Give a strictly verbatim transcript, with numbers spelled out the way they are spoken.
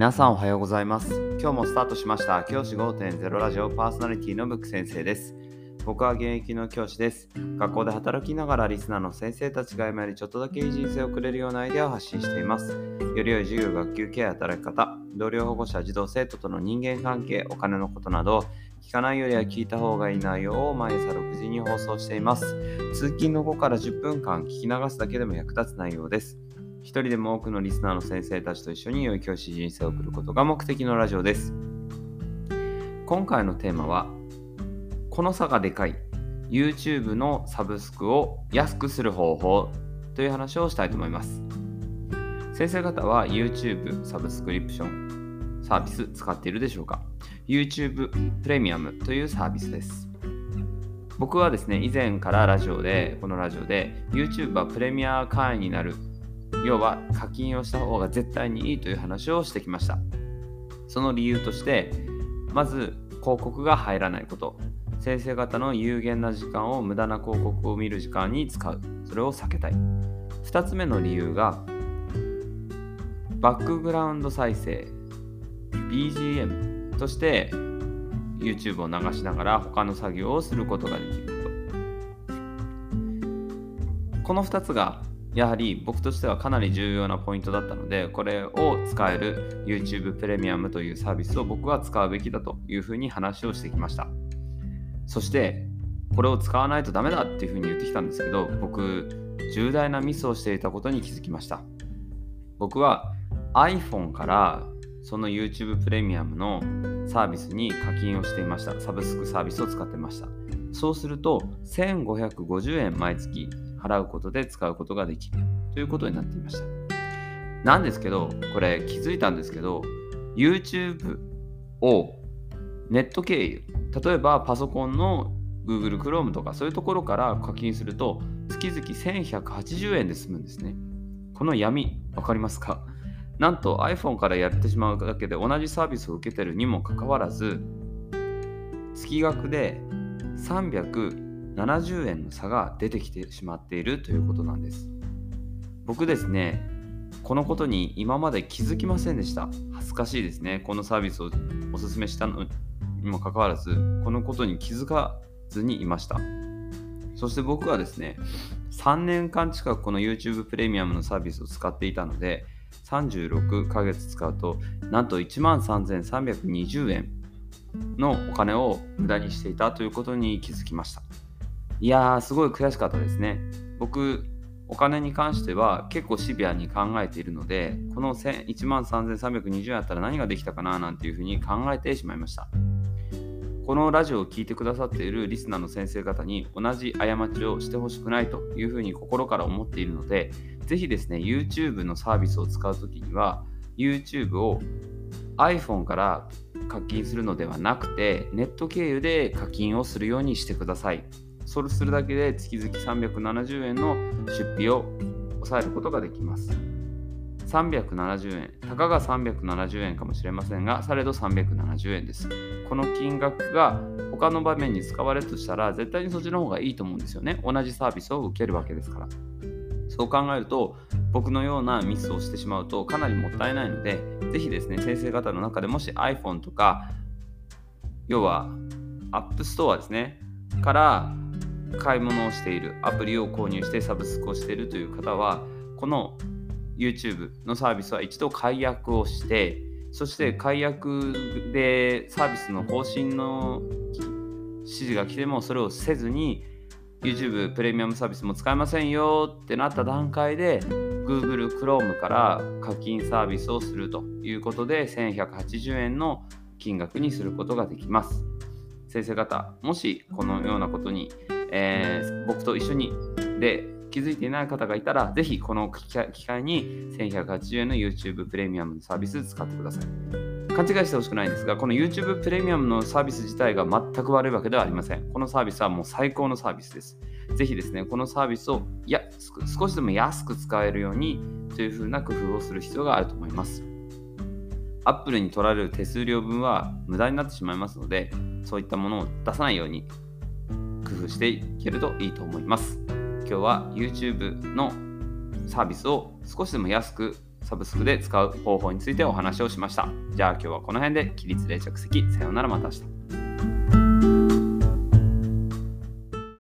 皆さんおはようございます。今日もスタートしました教師 ごてんゼロ ラジオパーソナリティのブック先生です。僕は現役の教師です。学校で働きながらリスナーの先生たちが今よりちょっとだけいい人生を送れるようなアイデアを発信しています。より良い授業、学級ケア、働き方、同僚保護者、児童生徒との人間関係、お金のことなど聞かないよりは聞いた方がいい内容を毎朝ろくじに放送しています。通勤の後からじゅっぷんかん聞き流すだけでも役立つ内容です。一人でも多くのリスナーの先生たちと一緒に良い教師人生を送ることが目的のラジオです。今回のテーマは、この差がでかい YouTube のサブスクを安くする方法という話をしたいと思います。先生方は YouTube サブスクリプションサービス使っているでしょうか？ YouTube プレミアムというサービスです。僕はですね、以前からラジオでこのラジオで YouTube はプレミア会員になる、要は課金をした方が絶対にいいという話をしてきました。その理由として、まず広告が入らないこと、先生方の有限な時間を無駄な広告を見る時間に使う、それを避けたい。ふたつめの理由が、バックグラウンド再生 ビージーエム として YouTube を流しながら他の作業をすることができること。このふたつがやはり僕としてはかなり重要なポイントだったので、これを使える YouTube プレミアムというサービスを僕は使うべきだというふうに話をしてきました。そしてこれを使わないとダメだっていうふうに言ってきたんですけど、僕重大なミスをしていたことに気づきました。僕は iPhone からその YouTube プレミアムのサービスに課金をしていました。サブスクサービスを使っていました。そうするとせんごひゃくごじゅうえん毎月払うことで使うことができるということになっていました。なんですけど、これ気づいたんですけど、 YouTube をネット経由、例えばパソコンの Google Chrome とかそういうところから課金すると月々せんひゃくはちじゅうえんで済むんですね。この闇わかりますか？なんと iPhone からやってしまうだけで同じサービスを受けてるにもかかわらず、月額でさんびゃくななじゅうえんの差が出てきてしまっているということなんです。僕ですね、このことに今まで気づきませんでした。恥ずかしいですね。このサービスをお勧めしたのにもかかわらず、このことに気づかずにいました。そして僕はですね、さんねんかん近くこの YouTube プレミアムのサービスを使っていたので、さんじゅうろっかげつ使うとなんといちまんさんぜんさんびゃくにじゅうえんのお金を無駄にしていたということに気づきました。いやー、すごい悔しかったですね。僕、お金に関しては結構シビアに考えているので、このいちまんさんぜんさんびゃくにじゅうえんあったら何ができたかななんていうふうに考えてしまいました。このラジオを聞いてくださっているリスナーの先生方に同じ過ちをしてほしくないというふうに心から思っているので、ぜひですね、YouTube のサービスを使うときには YouTube を iPhone から課金するのではなくて、ネット経由で課金をするようにしてください。そうするだけで月々さんびゃくななじゅうえんの出費を抑えることができます。さんびゃくななじゅうえん、たかがさんびゃくななじゅうえんかもしれませんが、されどさんびゃくななじゅうえんです。この金額が他の場面に使われるとしたら、絶対にそっちの方がいいと思うんですよね。同じサービスを受けるわけですから。そう考えると、僕のようなミスをしてしまうとかなりもったいないので、ぜひですね、先生方の中でもし iPhone とか、要は App Store ですね、から買い物をしている、アプリを購入してサブスクをしているという方は、この YouTube のサービスは一度解約をして、そして解約でサービスの更新の指示が来てもそれをせずに YouTube プレミアムサービスも使えませんよってなった段階で Google Chrome から課金サービスをするということでせんひゃくはちじゅうえんの金額にすることができます。先生方、もしこのようなことに、えー、僕と一緒にで気づいていない方がいたら、ぜひこの機会にせんひゃくはちじゅうえんの YouTube プレミアムのサービス使ってください。勘違いしてほしくないんですが、この YouTube プレミアムのサービス自体が全く悪いわけではありません。このサービスはもう最高のサービスです。ぜひですね、このサービスをいや少しでも安く使えるようにというふうな工夫をする必要があると思います。Apple に取られる手数料分は無駄になってしまいますので、そういったものを出さないように工夫していけるといいと思います。今日は YouTube のサービスを少しでも安くサブスクで使う方法についてお話をしました。じゃあ今日はこの辺で起立例着席。さようなら、また明日。